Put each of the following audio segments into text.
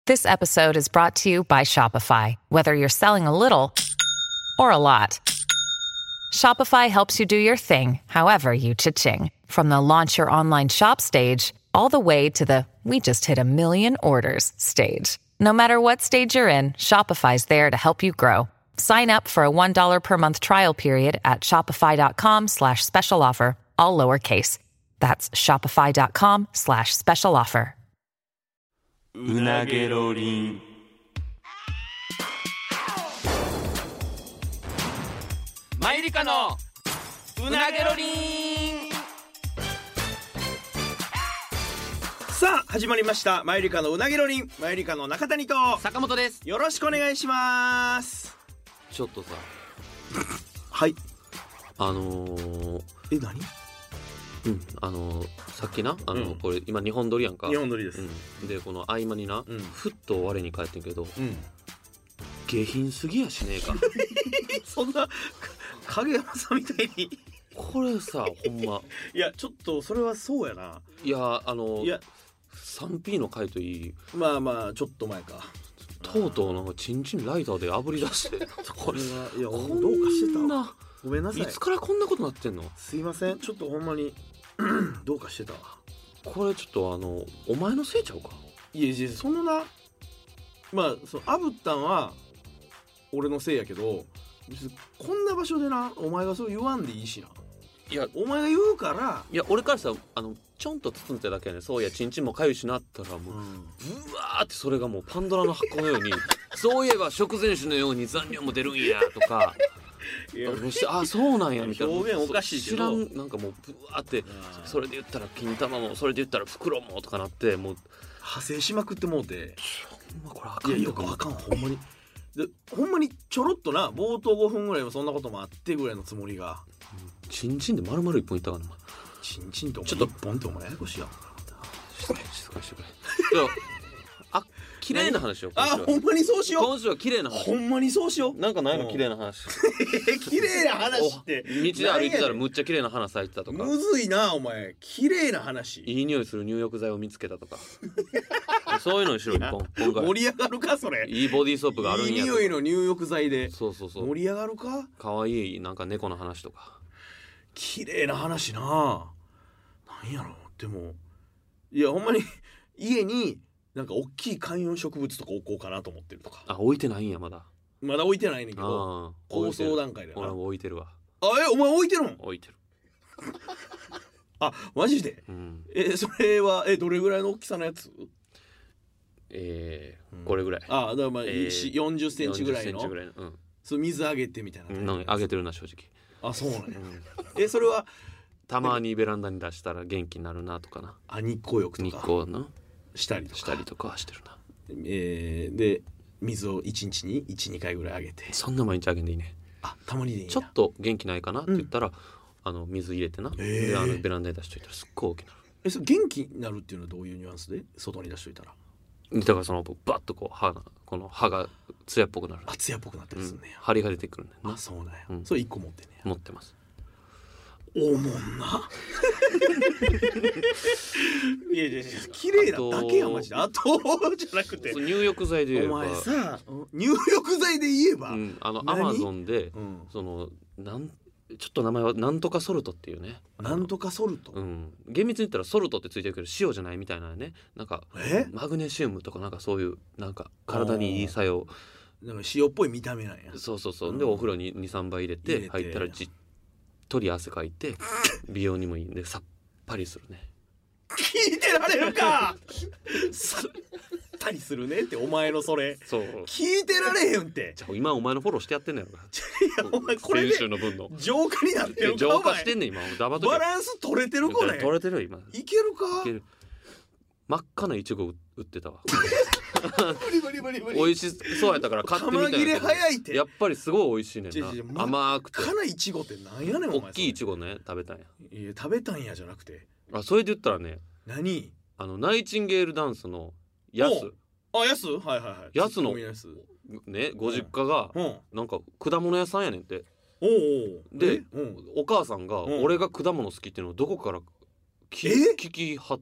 This episode is brought to you by Shopify. Whether you're selling a little or a lot, Shopify helps you do your thing, however you cha-ching. From the launch your online shop stage, all the way to the we just hit 1 million orders stage. No matter what stage you're in, Shopify's there to help you grow. Sign up for a $1 per month trial period at shopify.com/special offer, all lowercase. That's shopify.com/special offer. うなげろりん。マユリカのうなげろりん。 さあ始まりました、マユリカのうなげろりん。マユリカの中谷と坂本です。 よろしくお願いします。 ちょっとさ、 はい。何？ さっきなこれ今日本撮りやんか。 日本撮りです、 でこの合間にな、ふっと我に返ってんけど、下品すぎやしねえか。 そんな影山さんみたいにこれさ、ほんまいやちょっとそれはそうやな。 いや3P の回といい、 まあちょっと前か、 とうとうなんかチンチンライターで炙り出してこれはいやこんどうかしてたわ。 な、 ごめんなさい。 いつからこんなことなってんの。 すいません、ちょっとほんまにどうかしてたわ。 これちょっとお前のせいちゃうか。 いやそのな、まあそのあぶったんは俺のせいやけど、別にこんな場所でなお前がそう言わんでいいしな。 いやお前が言うから。 いや俺からしたらちょんと包んでただけやね。そういやチンチンもかゆしなったらもう、うわーってそれがもうパンドラの箱のようにそういえば食前酒のように残尿も出るんやとかあそうなんやみたいな表現おかしいけど、 知らん、なんかもうブワーってそれで言ったら金玉もそれで言ったら袋もとかなってもう派生しまくってもうて、 ほんまこれあかんとか。 いやあかんほんまに。でほんまにちょろっとな、冒頭5分ぐらいはそんなこともあってぐらいのつもりが、 チンチンで丸々1本いったかな。 チンチンとちょっと 1本ってお前ややこしいやん。 静かにしてくれ。いや綺麗な話よ。 ほんまにそうしよう。 今週は綺麗な話。 ほんまにそうしよう。 なんかないの綺麗な話。 綺麗な話って道で歩いてたらむっちゃ綺麗な花咲いてたとか。 むずいなお前。綺麗な話。 いい匂いする入浴剤を見つけたとか。そういうのにしろ一本。今回盛り上がるかそれ。 いいボディーソープがあるんやとか。 いい匂いの入浴剤で。 そう盛り上がるか。 可愛いなんか猫の話とか。 綺麗な話な。なんやろ。でもいやほんまに家になんか大きい観葉植物とか置こうかなと思ってるとか。 置いてないんやまだ。 まだ置いてないねんけど、構想段階でな。 俺も置いてるわ。 お前置いてるん？ 置いてる。 マジで？それはどれぐらいの大きさのやつ？ これぐらい。 だからまあ40センチぐらいの。 40センチぐらいの。 そう水あげてみたいな。 あげてるな正直。 そうなんや。それはたまにベランダに出したら元気になるなとかな。 日光浴とか。 日光な。 したりとかはしてるな。 で水を1日に 1,2 回ぐらいあげて。 そんな毎日あげんでいいね。 たまにでいいな。 ちょっと元気ないかなって言ったら、水入れてな、でベランダに出しといたらすっごい大きくなる。 それ元気になるっていうのはどういうニュアンスで外に出しといたら？ だからそのバッとこの歯がツヤっぽくなる。 ツヤっぽくなったりするね。 張りが出てくるね。 そうなんや。それ1個持ってんねや。 持ってます。 おもんな。いや綺麗なだけやマジで。あとじゃなくて入浴剤で言えば、 お前さ入浴剤で言えば、 アマゾンで、ちょっと名前はなんとかソルトっていうね。 なんとかソルト。 厳密に言ったらソルトってついてるけど塩じゃないみたいなね。なんかマグネシウムとかなんかそういうなんか体にいい作用。 なんか塩っぽい見た目なんや。 そうでお風呂に 2,3 杯入れて入ったらじっとり汗かいて美容にもいいんでさっぱりするね。 聞いてられるか。さっぱりするねってお前のそれ。 そう聞いてられへんって。 じゃあ今お前のフォローしてやってんねやろ。 いやお前これで先週の分の浄化になってるか。 浄化してんねん今。 バランス取れてるこれ。 取れてる今。 いけるか。 いける。真っ赤なイチゴ売ってたわ。 無理美味しそうやったから買ってみたんやけど。 玉切れ早いって。 やっぱりすごい美味しいねんな。甘くて。 真っ赤なイチゴってなんやねんお前。 大きいイチゴね食べたんや。 いや食べたんやじゃなくて。 それで言ったらね。 何？ ナイチンゲールダンスのヤス。 ヤス？はいヤスのねご実家がなんか果物屋さんやねんって。でお母さんが俺が果物好きっていうのをどこから聞きはって。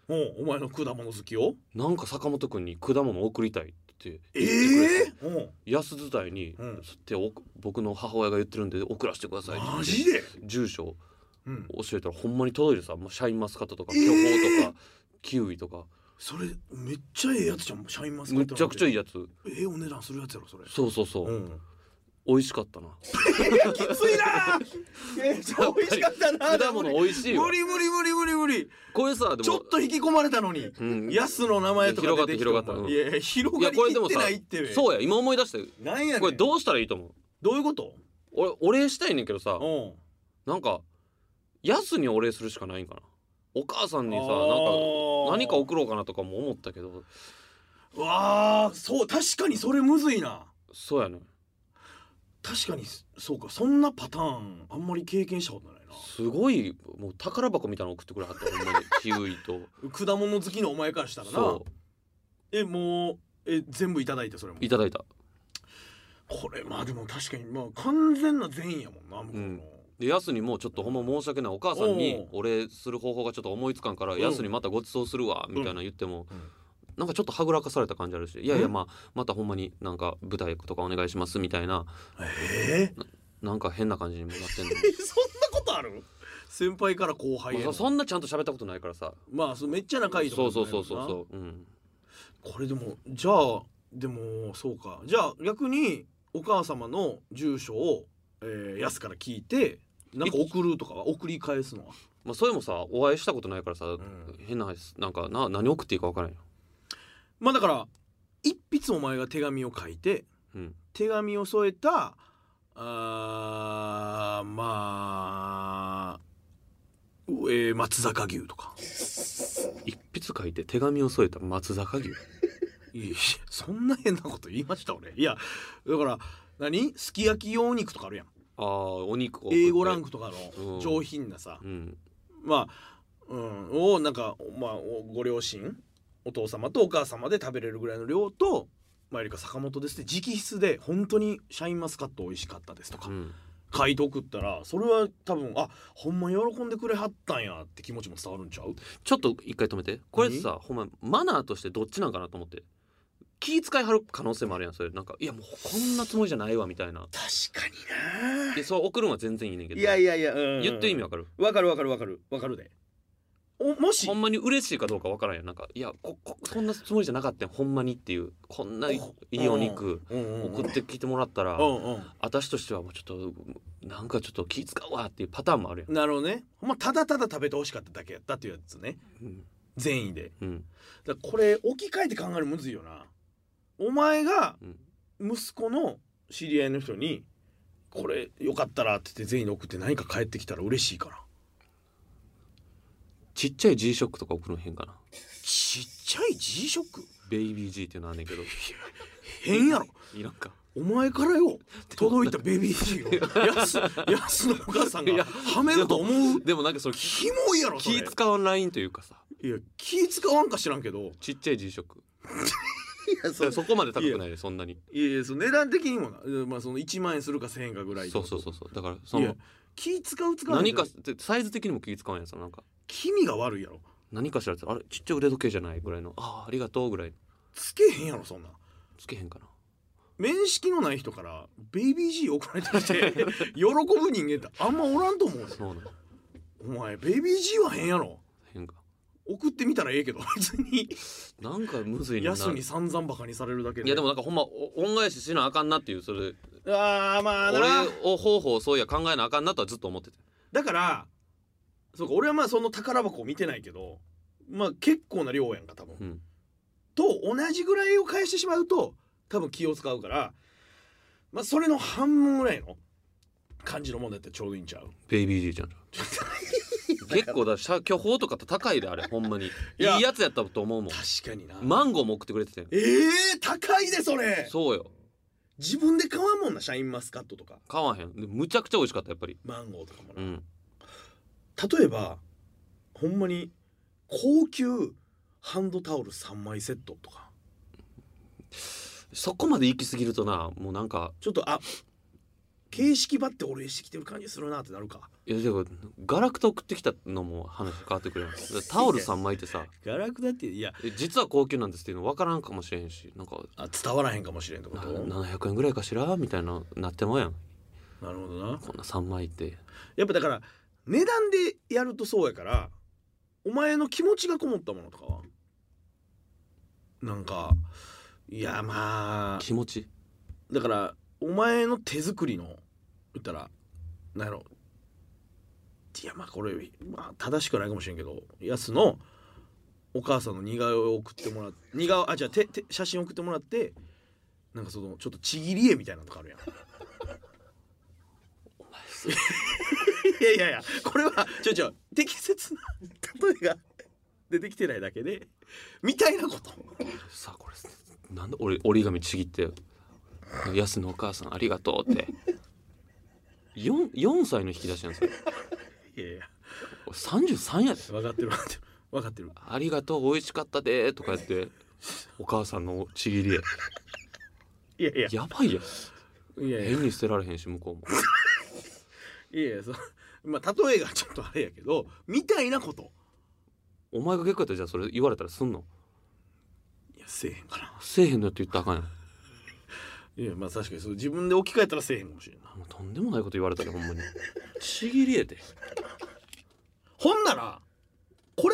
お前の果物好きをなんか坂本くんに果物送りたいって言ってくれて、安伝いに、僕の母親が言ってるんで送らせてくださいって言ってマジで住所教えたらほんまに届いてさ、シャインマスカットとか巨峰とかキウイとか、 それめっちゃええやつじゃん。シャインマスカットむちゃくちゃいいやつ。 お値段するやつやろそれ。 そうそうそう、美味しかったな。 きついな美味しかったな。 果物美味しいよ。 無理これさ、でもちょっと引き込まれたのに、ヤスの名前とか出てきて広がった、 いや広がりきってないって。 そうや、今思い出してなんやねん。 これどうしたらいいと思う？ どういうこと？ 俺お礼したいねんけどさ、なんかヤスにお礼するしかないんかな。お母さんにさ、なんか何か送ろうかなとかも思ったけど。 わあ、そう確かにそれむずいな。 そうやね。 確かにそうか、そんなパターンあんまり経験したことないな。 すごいもう宝箱みたいなの送ってくれはったほんまに。キウイと果物好きのお前からしたらな。もう全部いただいて。それもいただいた。 これまあでも確かに完全な善意やもんな向こうの。 でヤスにもちょっとほんま申し訳ない、お母さんにお礼する方法がちょっと思いつかんから、ヤスにまたご馳走するわみたいな言っても、なんかちょっとはぐらかされた感じあるし、いやいやまたほんまになんか舞台とかお願いしますみたいな、なんか変な感じにもなってんの。 そんなことある？先輩から後輩へ、 そんなちゃんと喋ったことないからさ。 めっちゃ仲いいと思う。 そう、 これでもじゃあそうか、じゃあ逆にお母様の住所をヤスから聞いてなんか送るとかは、送り返すのはそれもさ、お会いしたことないからさ、変な話、なんか何送っていいか分からんよ。 だから一筆お前が手紙を書いて、手紙を添えた松坂牛とか。 一筆書いて手紙を添えた松坂牛。 いやそんな変なこと言いました俺。いやだからすき焼き用肉とかあるやん。 お肉を A5 ランクとかの上品なさ、をなんかご両親、お父様とお母様で食べれるぐらいの量と、マユリカ坂本ですって直筆で本当にシャインマスカット美味しかったですとか、書いて送ったら、それは多分ほんまに喜んでくれはったんやって気持ちも伝わるんちゃう？ ちょっと一回止めて。これさ、ほんまマナーとしてどっちなんかなと思って。気遣いはる可能性もあるやん。それなんか、いやもうこんなつもりじゃないわみたいな。 確かにな。 そう送るのは全然いいねんけど。 いや、 言ってる意味わかる？ わかるで。もしほんまに嬉しいかどうかわからんやん。なんか、いやそんなつもりじゃなかったんほんまにっていう、こんないいお肉送ってきてもらったら、私としてはもうちょっとなんかちょっと気遣うわっていうパターンもあるやん。 なるほどね。ほんまただただ食べてほしかっただけやったっていうやつね、善意で。だからこれ置き換えて考えるむずいよな。お前が息子の知り合いの人にこれよかったらって言って善意で送って何か返ってきたら嬉しいかな。 ちっちゃい G ショックとか送るの変かな。 ちっちゃい G ショック？ ベイビー G っていうのあんねんけど。 変やろ。 いらんか。 お前からよ届いたベビー G をやすのお母さんがはめると思う？でもなんかそれキモいやろそれ。 気使わんラインというかさ。 いや気使わんか知らんけど、 ちっちゃい G ショック。いやそこまで高くないでそんなに。 いやその値段的にもな、その1万円するか1000円かぐらい。 そうだからその気使う使わない何かサイズ的にも気使わんやつ。なんか気味が悪いやろ。 何かしらあれちっちゃい腕時計じゃないぐらいの、ありがとうぐらい。 つけへんやろそんな。 つけへんかな。 面識のない人からベイビー G 送られてきて喜ぶ人間ってあんまおらんと思う。 そうなの。 お前ベイビー G は変やろ。 変か。 送ってみたらええけど別になんかむずいな。 やすに散々バカにされるだけで。 いやでもなんかほんま恩返ししなあかんなっていう、それまあな俺を方法そういや考えなあかんなとはずっと思ってて。 だからそうか、俺はその宝箱を見てないけど結構な量やんか多分、と同じぐらいを返してしまうと多分気を使うから、それの半分ぐらいの感じのもんだってちょうどいいんちゃう？ ベイビー G ちゃん結構巨峰とかって高いであれほんまにいいやつやったと思うもん。 確かにな。 マンゴーも送ってくれてて。 高いでそれ。 そうよ。 自分で買わんもんな、シャインマスカットとか買わへん。むちゃくちゃ美味しかったやっぱり。 マンゴーとかもな、例えばほんまに高級ハンドタオル3枚セットとか。 そこまで行き過ぎるとな、もうなんかちょっと化形式ばってお礼してきてる感じするなってなるか。 いやでもガラクタ送ってきたのも話変わってくるやん。タオル3枚ってさガラクタっていや実は高級なんですっていうの分からんかもしれんし、なんか伝わらへんかもしれんってこと。 700円ぐらいかしらみたいななってもやん。 なるほどな。 こんな3枚ってやっぱだから値段でやるとそうやから、お前の気持ちがこもったものとかはなんかいやまあ気持ちだからお前の手作りの言ったらなんやろ、いやまあこれ、まあ、正しくないかもしれんけど、やすのお母さんの似顔絵を送ってもらって似顔じゃあ写真送ってもらって、なんかそのちょっとちぎり絵みたいなのとかあるやんいやこれは適切な例えが出てきてないだけでみたいなことさあこれなんで俺折り紙ちぎってやすのお母さんありがとうって4歳の引き出しなんですよ。 いや 33やで。 分かってるありがとう美味しかったでとか言ってお母さんのちぎり絵やばいやん。変に捨てられへんし向こうもまあ例えがちょっとあれやけどみたいなこと。 お前が結構やったらじゃあそれ言われたらすんの？ いやせえへんかな。 せえへんのって言ったらあかんやん。 いやまあ確かにそう自分で置き換えたらせえへんかもしれんな。 もうとんでもないこと言われたらほんまにちぎり絵でほんならこ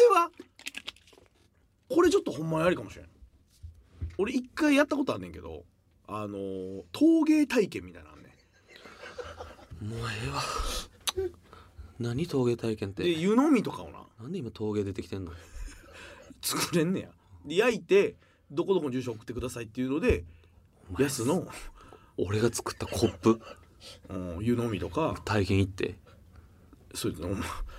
れちょっとほんまにありかもしれん。俺一回やったことあんねんけど陶芸体験みたいなのあんねん。もうええわ何陶芸体験って。 で湯飲みとかをなんで今陶芸出てきてんの？ 作れんねや。で焼いてどこどこの住所送ってくださいっていうのでやすの俺が作ったコップ、 湯飲みとか体験行ってそういうの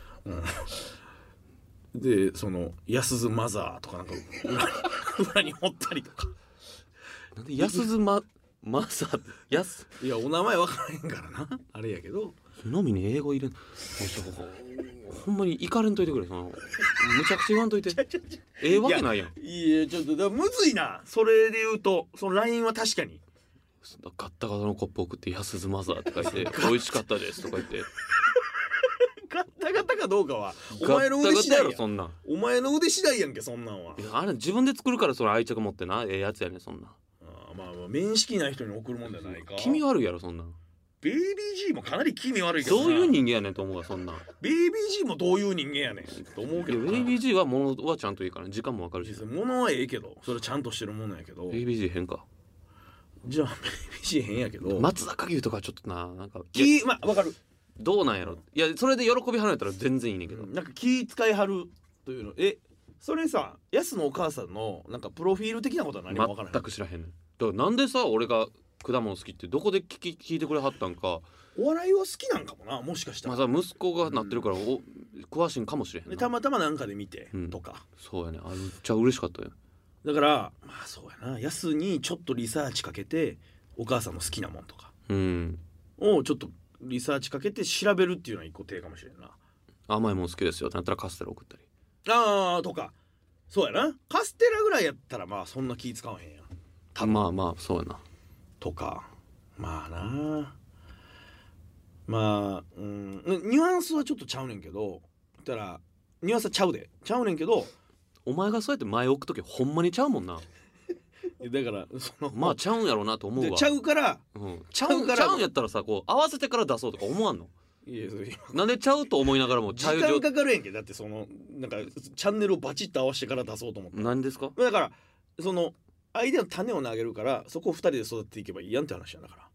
でそのやすずマザーとかなんか裏に掘ったりとか。 なんでやすずマザーやすいやお名前分からへんからなあれやけど湯飲みに英語入れんほんまに行かれんといてくれ。そのむちゃくちゃ言わんといてええわけないやん。 いやちょっとだからむずいな。それで言うとその LINE は確かにガッタガタのコップ送ってやすずマザーって書いて美味しかったですとか言ってガッタガタかどうかはおガッ前の腕次タガタや第やろそんなん。 お前の腕次第やんけそんなんは。 いやあれ自分で作るからそれ愛着持ってなええやつやねんそんなん。 まあ面識ない人に送るもんじゃないか。 気味悪いやろそんなん。 ベイビー G もかなり気味悪いけどな。 どういう人間やねんと思うわそんなん。 ベイビー G もどういう人間やねんと思うけどな。 ベイビー G は物はちゃんといいから、ね、時間もわかるし。 物はええけどそれちゃんとしてるものやけど。 ベイビー G 変か。 じゃあベイビー G 変やけど松坂牛とかちょっとなんかまあわかる。 どうなんやろ。いやそれで喜び離れたら全然いいねんけど、 なんか気使いはるというのそれさやすのお母さんのなんかプロフィール的なことは何もわからない。 全く知らへんねん。だからなんでさ俺が果物好きってどこで聞いてくれはったんか。 お笑いは好きなんかもなもしかしたら。 まあ息子がなってるから、詳しいんかもしれへんな。 でたまたまなんかで見て、とか。 そうやね。めっちゃ嬉しかったよ。 だからまあそうやなやすにちょっとリサーチかけてお母さんの好きなもんとかをちょっとリサーチかけて調べるっていうのは一個手かもしれんな。 甘いもん好きですよってなったらカステラ送ったりとか。そうやなカステラぐらいやったらまあそんな気使わへんやん。 まあそうやなとかまあなまあニュアンスはちょっとちゃうねんけど言ったらニュアンスはちゃうねんけどお前がそうやって前置くときほんまにちゃうもんな。 だからまあちゃうんやろうなと思うわ。 ちゃうから、 ちゃうんやったらさこう合わせてから出そうとか思わんの？いやなんでちゃうと思いながらも時間かかるやんけ。だってなんかチャンネルをバチッと合わせてから出そうと思って。 何ですか？ だから相手の種を投げるからそこを2人で育てていけばいいやんって話やんだから、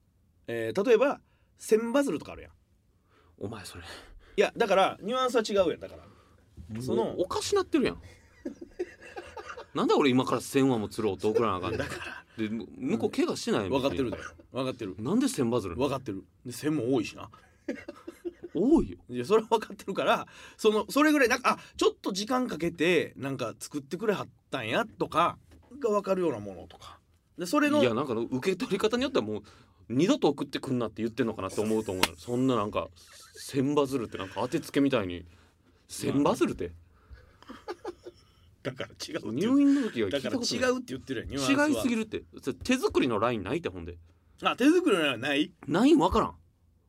例えば千バズルとかあるやん。 お前それいやだからニュアンスは違うやん。だからおかしなってるやんなんで俺今から1000話も釣ろうと送らなあかんねん。 だからで向こう怪我してない分かってるで分かってる。 なんで1000バズル分かってる。で1000も多いしな多いよ。 いやそれは分かってるからそれぐらいなんかちょっと時間かけてなんか作ってくれはったんやとかが分かるようなものとかでそれのいやなんか受け取り方によってはもう二度と送ってくんなって言ってんのかなって思うと思う。そんななんか1000バズルってなんか当てつけみたいに1000バズルってだから違う入院の時は聞いだからたことない。 違うって言ってるやんニュアンスは。 違いすぎるって。手作りのラインないってほんで。 手作りのラインないないん分からん。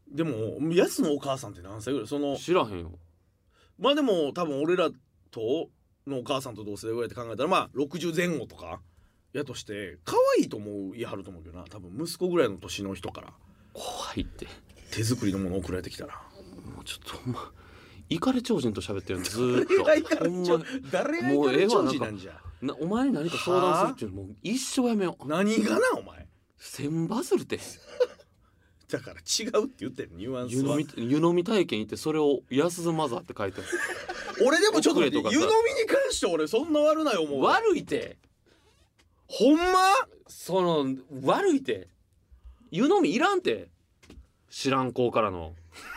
でもやすのお母さんって何歳ぐらい？その知らへんよ。 まあでも多分俺らとのお母さんと同世代ぐらいって考えたらまあ60前後とかやとして可愛いと思う言いはると思うけどな。多分息子ぐらいの年の人から怖いって。 手作りのもの送られてきたらもうちょっとほんまイカレ超人と喋ってるのずーっと誰がイカレ超人なんじゃ。 お前に何か相談するっていうのもう一生やめよう。 何がなお前。 千バズルってだから違うって言ってるニュアンスは。 湯飲み体験行ってそれを安ずマザーって書いてある。 俺でもちょっと待って湯飲みに関して俺そんな悪ない思う。 悪いてほんまその悪いて湯飲みいらんて知らん子からの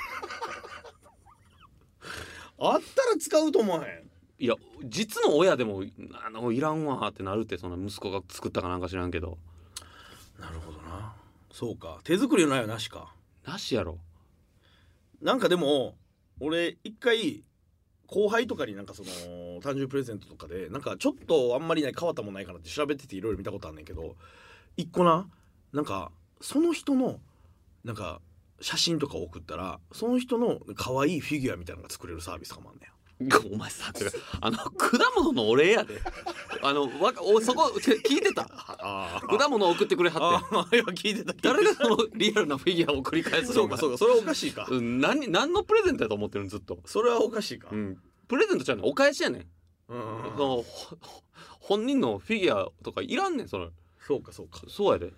あったら使うと思わへん。 いや実の親でもいらんわってなるって。その息子が作ったかなんか知らんけど。 なるほどな。そうか手作りのないはなしか。 なしやろ。 なんかでも俺一回後輩とかになんかその誕生日プレゼントとかでなんかちょっとあんまりない変わったもんないかなって調べてていろいろ見たことあんねんけど、一個なんかその人のなんか写真とか送ったらその人の可愛いフィギュアみたいなのが作れるサービスかもあんねん。 お前さ果物のお礼やでそこ聞いてた果物送ってくれはって。 いや聞いてた。 誰がそのリアルなフィギュアを繰り返すの。 そうかそれはおかしいか。 何のプレゼントやと思ってるのずっと。 それはおかしいか。 プレゼントちゃうねんお返しやねん。 その本人のフィギュアとかいらんねんそれ。 そうかそうやで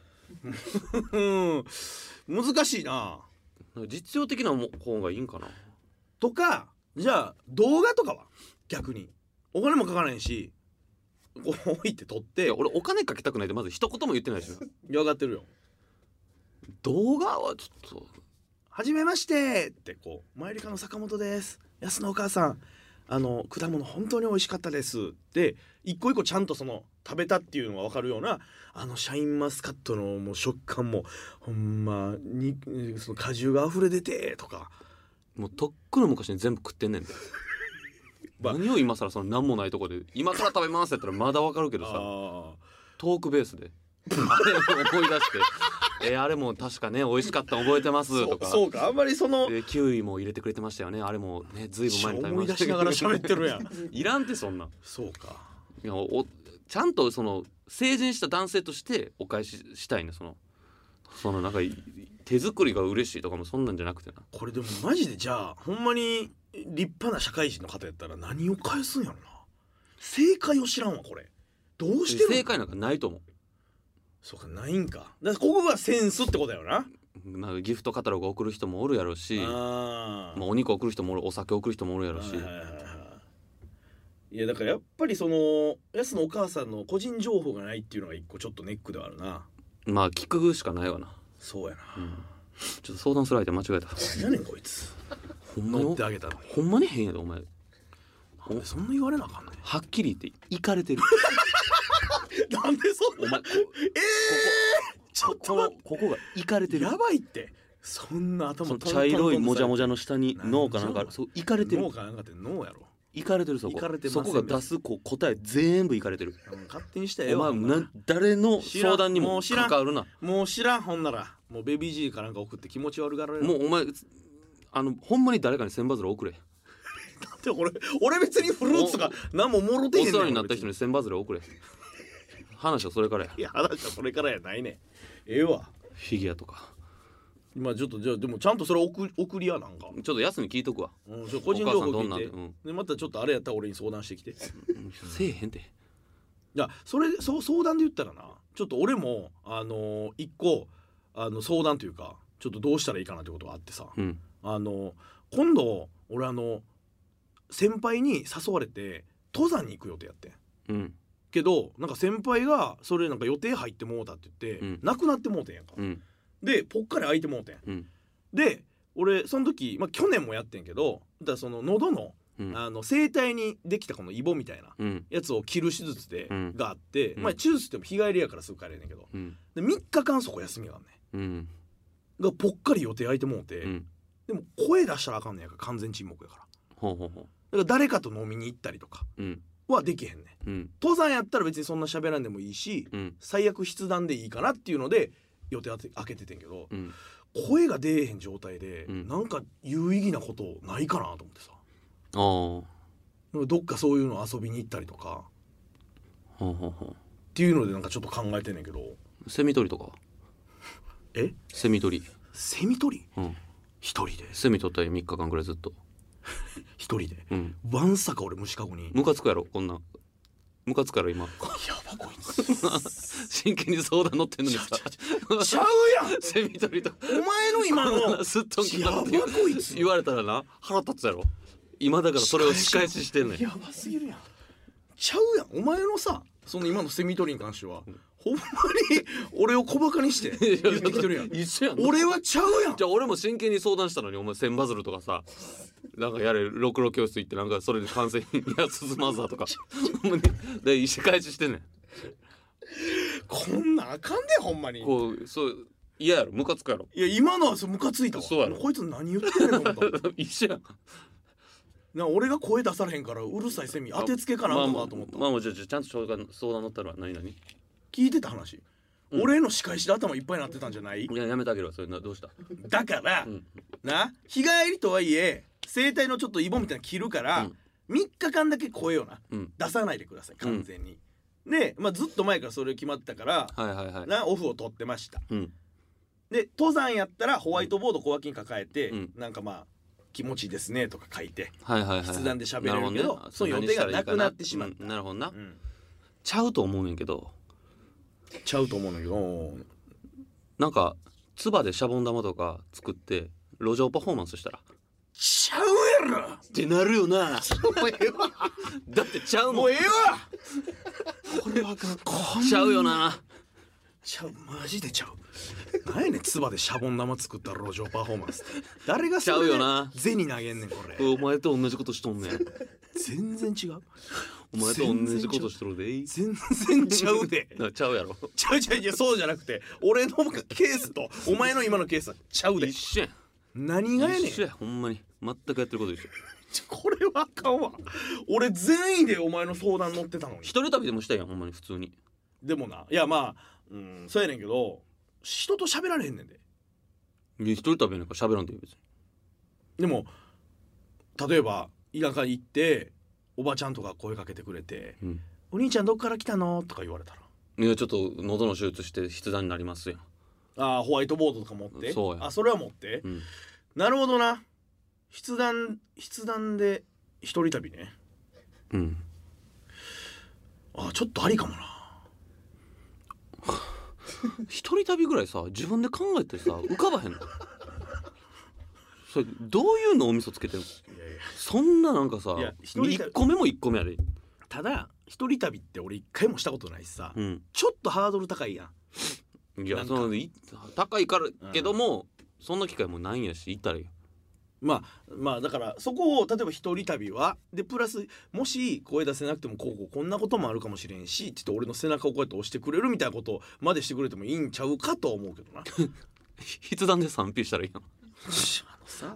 難しいな。 実用的な方がいいんかな。 とかじゃあ動画とかは逆にお金もかからないしこう置いて撮って。 いや俺お金かけたくないってまず一言も言ってないしな。 分かってるよ。 動画はちょっとはじめましてってこうマユリカの坂本です、やすのお母さん果物本当に美味しかったですって一個一個ちゃんとその食べたっていうのが分かるようなシャインマスカットのもう食感もほんまにその果汁が溢れ出てとかもうとっくの昔に全部食ってんねんで何を今更その何もないとこで今から食べますやったらまだ分かるけどさトークベースであれを思い出してあれも確かね美味しかった覚えてますとか。 そうかあんまりそのキウイも入れてくれてましたよねあれもねずいぶん前に食べました。 思い出しながら喋ってるやんいらんてそんな。 そうかいやちゃんとその成人した男性としてお返ししたいね。そのなんか手作りが嬉しいとかもそんなんじゃなくてな。 これでもマジでじゃあほんまに立派な社会人の方やったら何を返すんやろな。正解を知らんわこれどうしてるの。 正解なんかないと思う。 そうかないんか。だからここがセンスってことやよな。 なんかギフトカタログ送る人もおるやろしまあ、お肉送る人もおるお酒送る人もおるやろし、いやだからやっぱりそのやすのお母さんの個人情報がないっていうのが一個ちょっとネックではあるな。 まあ聞くしかないわな。 そうやな、 ちょっと相談する相手間違えた。 何やねんこいつほんまに乗ってあげたのにほんまに変やでお前。 そんな言われなあかんねん。 はっきり言ってイカれてるなんでそんなお前ちょっと待ってここがイカれてる。 やばいってそんな頭その茶色いもじゃもじゃの下に脳かなんかそうイカれてる。 脳かなんかって脳やろ。 イカれてるそこ。 イカれてますそこが出す答え全部イカれてる。 勝手にしたよ。 お前誰の相談にも関わるな。 もう知らんほんならもうベビー G かなんか送って気持ち悪がられる。 もうお前ほんまに誰かに千羽鶴送れ。 で俺別にフルーツとか何ももろてへんねん。 お世話になった人に千羽鶴送れ。話はそれからや。 いや話はそれからやないねん。わフィギュアとか今ちょっとじゃあでもちゃんとそれ送りやなんかちょっとやすに聞いとくわ、 個人情報聞いて、 でまたちょっとあれやったら俺に相談してきて、 せえへんて。 いや相談で言ったらなちょっと俺も一個相談というかちょっとどうしたらいいかなってことがあってさ、今度俺先輩に誘われて登山に行く予定やってん、けどなんか先輩がそれなんか予定入ってもうたって言って、なくなってもうてんやんか、でぽっかり空いてもうてん、で俺その時、去年もやってんけどだからその喉の、声帯にできたこのイボみたいなやつを切る手術があって、手術っても日帰りやからすぐ帰れんねんけど、で3日間そこ休みがあんねん、がぽっかり予定空いてもうて、でも声出したらあかんねんやから完全沈黙やからだから誰かと飲みに行ったりとかはできへんねん、登山やったら別にそんな喋らんでもいいし、最悪筆談でいいかなっていうので予定開けててんけど、 うん、 声が出えへん状態で、 うん、 なんか有意義なことないかなと思ってさ、 あどっかそういうの遊びに行ったりとかっていうのでなんかちょっと考えてんねんけど。 セミ取りとかセミ取り一人でセミ取ったり3日間ぐらいずっと一人で、 うん、 わんさか俺虫かごにムカつくやろこんなんムカつくやろ今やばこいつ真剣に相談乗ってんのにさちゃうやんセミ取りとお前の今のすっとんきやばこいつ言われたらな腹立つやろ今だからそれを仕返ししてんねんやばすぎるやんちゃうやんお前のさその今のセミ取りに関しては、ほんまに俺を小バカにして言ってきてるやん一緒やん俺はちゃうやんじゃあ俺も真剣に相談したのにお前千バズルとかさなんかやれろくろ教室行ってなんかそれで完成いや進まずだとかで仕返ししてんねんこんなんあかんでほんまにこうそう嫌やろムカつくやろいや今のはムカついたわそうやろこいつ何言ってんねんと思った一緒やんな俺が声出されへんからうるさいセミ当てつけかなと思った、 まあじゃあちゃんと相談乗ったら何聞いてた話、俺の仕返しで頭いっぱいになってたんじゃない？ いややめてあげるわそれどうしただから、な日帰りとはいえ声帯のちょっとイボみたいなの切るから、3日間だけ声をな、出さないでください完全に、で、ずっと前からそれ決まってたから、なオフを取ってました、で登山やったらホワイトボード小脇に抱えて、なんか気持ちいいですねとか書いて、筆談で喋れるけど、その予定がなくなってしまった。 なるほどな、ちゃうと思うねんけどなんか唾でシャボン玉とか作って路上パフォーマンスしたらちゃうやろってなるよなもうええわだってちゃうもんもうええわこれはあかんちゃうよなちゃうマジでちゃう何やねん唾でシャボン玉作った路上パフォーマンスって誰がそれで銭投げんねんこれお前と同じことしとんねん全然違うお前と同じことしとるで全然ちゃうでちゃうやろちゃういやそうじゃなくて俺のケースとお前の今のケースはちゃうで一緒やん何がやねん一緒やほんまに全くやってること一緒これはあかんわ俺善意でお前の相談乗ってたのに一人旅でもしたやんほんまに普通にでもないやそうやねんけど人と喋られへんねんで一人旅なんか喋らんでいい別にでも例えば田舎行っておばちゃんとか声かけてくれて、お兄ちゃんどっから来たのとか言われたらいやちょっと喉の手術して筆談になりますやんホワイトボードとか持ってそうやそれは持って、なるほどな筆談で一人旅ねちょっとありかもな一人旅ぐらいさ自分で考えてさ浮かばへんのそれどういうのお味噌つけてるのそんななんかさ1個目も1個目やでただ一人旅って俺一回もしたことないしさ、ちょっとハードル高いやんいやその高いからけども、そんな機会もないんやし行ったらいいよだからそこを例えば一人旅はでプラスもし声出せなくてもこんなこともあるかもしれんしって言って俺の背中をこうやって押してくれるみたいなことまでしてくれてもいいんちゃうかと思うけどな筆談で 3P したらいいやんさ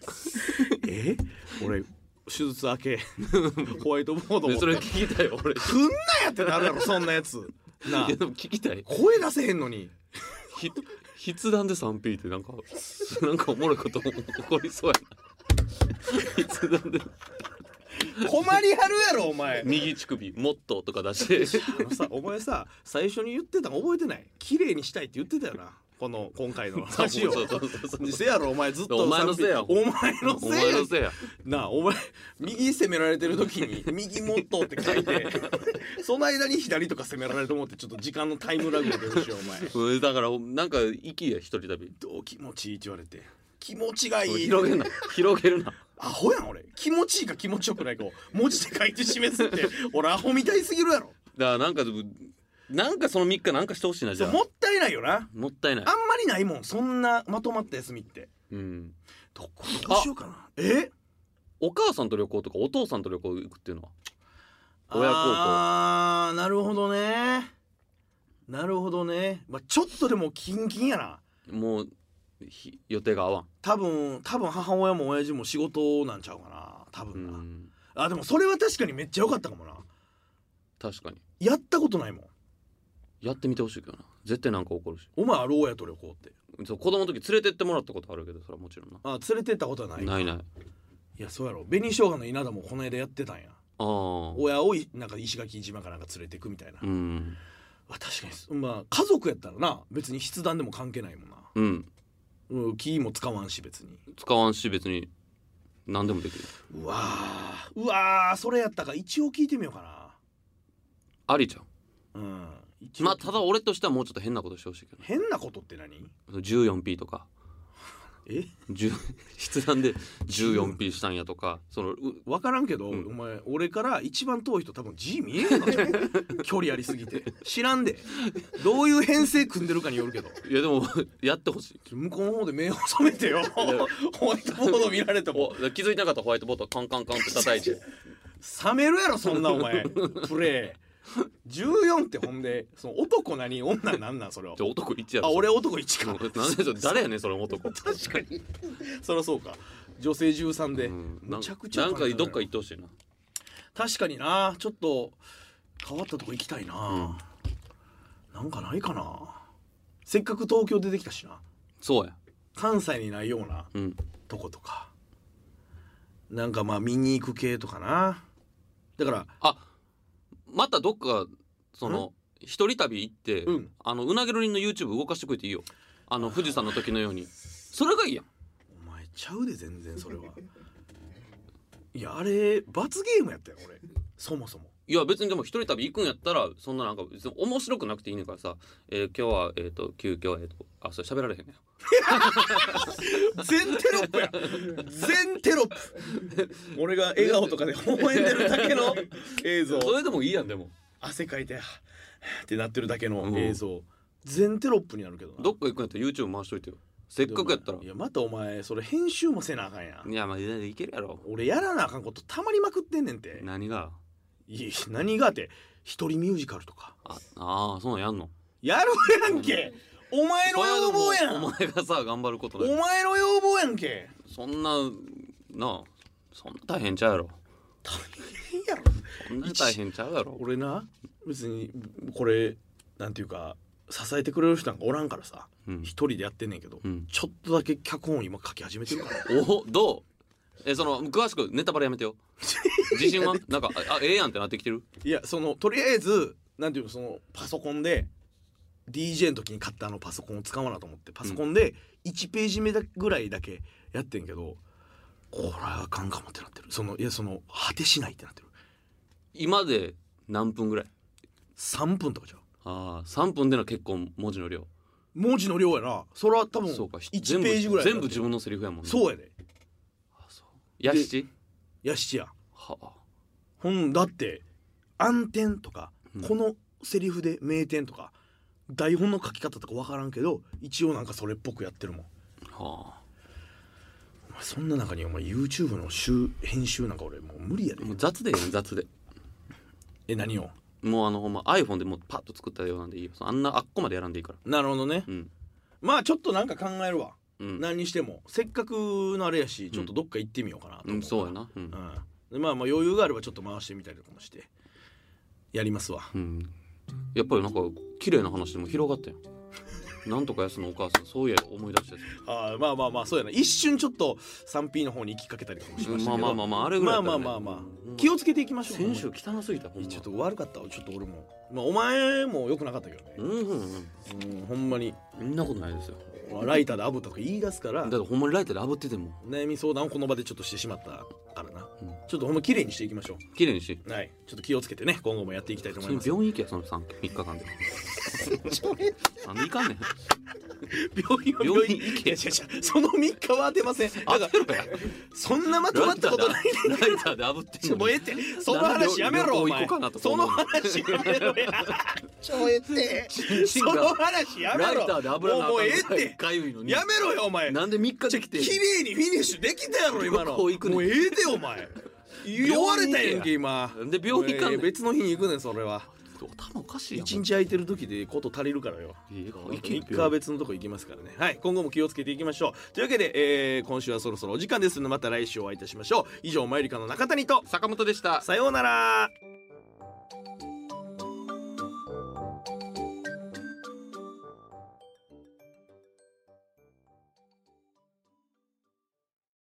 俺手術明けホワイトボードもそれ聞きたいよ俺ふんなやってなるやろそんなやつなあいやでも聞きたい声出せへんのに筆談で 3P ってなんかおもろいこと起こりそうやな筆談で困りはるやろお前右乳首もっととか出してお前さ最初に言ってたの覚えてない綺麗にしたいって言ってたよな今回のラジオせやろお前ずっとお前のせいやお前のせいやなあお前右攻められてる時に右もっとって書いてその間に左とか攻められると思ってちょっと時間のタイムラグが出るしよお前だからなんか行きや一人旅どう気持ちいいって言われて気持ちがいい広げるなアホやん俺気持ちいいか気持ちよくないかを文字で書いて示すって俺アホみたいすぎるやろだからなんかその3日なんかしてほしいなじゃあもったいないよなもったいないあんまりないもんそんなまとまった休みってどうしようかなお母さんと旅行とかお父さんと旅行行くっていうのは親孝行なるほどねちょっとでもキンキンやなもう予定が合わん多分母親も親父も仕事なんちゃうかな多分なでもそれは確かにめっちゃ良かったかもな確かにやったことないもんやってみてほしいけどな。絶対なんか起こるし。 お前ある親と旅行ってそう子供の時連れてってもらったことあるけど、それはもちろんな。 連れてったことはないないない。 いやそうやろ。紅生姜の稲田もこの間やってたんや。 ああ。 親をなんか石垣島かなんか連れてくみたいな、 うん。 確かにまあ家族やったらな別に筆談でも関係ないもんな、 うん。 木も使わんし別に。 使わんし別に何でもできる。 うわーそれやったか一応聞いてみようかありちゃう。 な。 まあただ俺としてはもうちょっと変なことしてほしいけど。 変なことって何？ 14P とか。筆談で 14P したんやとか、その分からんけど、お前俺から一番遠い人多分字見えんの距離ありすぎて知らんで、どういう編成組んでるかによるけど。 いやでもやってほしい。 向こうの方で目を染めてよホワイトボード見られても気づいてなかったらホワイトボードカンカンカンって叩いて冷めるやろそんなお前プレー14ってほんでその男何女なんなんそれは。 男1やろ。 俺男1か。 なんでそれ誰やねんそれ男。 確かにそりゃそうか。女性13で、 むちゃくちゃなんかどっか行ってほしいな。 確かにな。ちょっと変わったとこ行きたいな、なんかないかな。せっかく東京出てきたしな。 そうや。 関西にないようなとことか、なんかまあ見に行く系とかな。だからまたどっかその一人旅行って、うなげろりんの YouTube 動かしてくれていいよ。富士山の時のように。それがいいやん。 お前ちゃうで全然それは。いやあれ罰ゲームやったよ俺そもそも。 いや別にでも一人旅行くんやったらそんななんか別に面白くなくていいねんからさ、今日は急遽それ喋られへんねん。 全テロップや全テロップ俺が笑顔とかで微笑んでるだけの映像。 それでもいいやん。でも汗かいてってなってるだけの映像、全テロップになるけどな。 どっか行くんやったら YouTube 回しといてよ。せっかくやったら。 いやまたお前それ編集もせなあかんやん。 いやまあいけるやろ。 俺やらなあかんことたまりまくってんねんて。 何が？ いや何がって一人ミュージカルとか。 そうなんやんの。 やるやんけお前の要望やん。 お前がさ頑張ることでお前の要望やんけ。 そんな大変ちゃうやろ。 大変やろ。 そんな大変ちゃうやろ。 俺な別にこれなんていうか支えてくれる人なんかおらんからさ、一人でやってんねんけど、ちょっとだけ脚本今書き始めてるから。 どうその詳しくネタバレやめてよ。自信はなんかええやんってなってきてる。 いやそのとりあえずなんていうのそのパソコンで DJ の時に買ったパソコンを使わなと思ってパソコンで1ページ目ぐらいだけやってんけど、これはあかんかもってなってる。その果てしないってなってる。 今で何分ぐらい ？3分とかじゃん。3分での結構文字の量やな。それは多分1ページぐらい全部自分のセリフやもんね。 そうやで。 やしやだって暗転とか、このセリフで名店とか台本の書き方とか分からんけど一応なんかそれっぽくやってるもん。お前そんな中にお前 YouTube の編集なんか俺もう無理やで。 もう雑で雑で。 何を？ もうほんま iPhone でもうパッと作ったようなんでいいよ。あっこまでやらんでいいから。 なるほどね、まあちょっとなんか考えるわ、何にしてもせっかくのあれやしちょっとどっか行ってみようかなと思うから、 そうやな、 でまあ余裕があればちょっと回してみたりとかもしてやりますわ、 やっぱりなんか綺麗な話でも広がったよ。なんとかやすのお母さんそういや思い出してまあそうやな。一瞬ちょっと 3P の方に行きかけたりかもしましたけど、 まああれぐらいだったらね。 まあ気をつけていきましょう。 先週汚すぎたほんま。 ちょっと悪かったわ。ちょっと俺もお前も良くなかったけどね。ほんまにそんなことないですよ。 ライターで炙ったとか言い出すからだってほんまにライターで炙ってても悩み相談をこの場でちょっとしてしまったからな、ちょっとほんま綺麗にしていきましょう。 綺麗にしはい、ちょっと気をつけてね今後もやっていきたいと思います。 病院行けやその3日間でなんで行かんねん病院行け。その3日は当てません。だからそんなまとまったことないね。 ライターで炙ってんのにもうええってその話やめろお前。その話やめろやちょえってその話やめろ。 ライターで油なあかんもうええってかゆいのにやめろよお前。 なんで3日できて綺麗にフィニッシュできたやろ今の。もうええでお前言われたやんけ今。 で病院行かんねん。 別の日に行くねんそれは。 頭おかしいやん。 1日空いてる時でこと足りるからよ。3日は別のとこ行きますからね。はい、今後も気をつけていきましょう。というわけで、今週はそろそろお時間ですのでまた来週お会いいたしましょう。以上マユリカの中谷と坂本でした。 さようなら。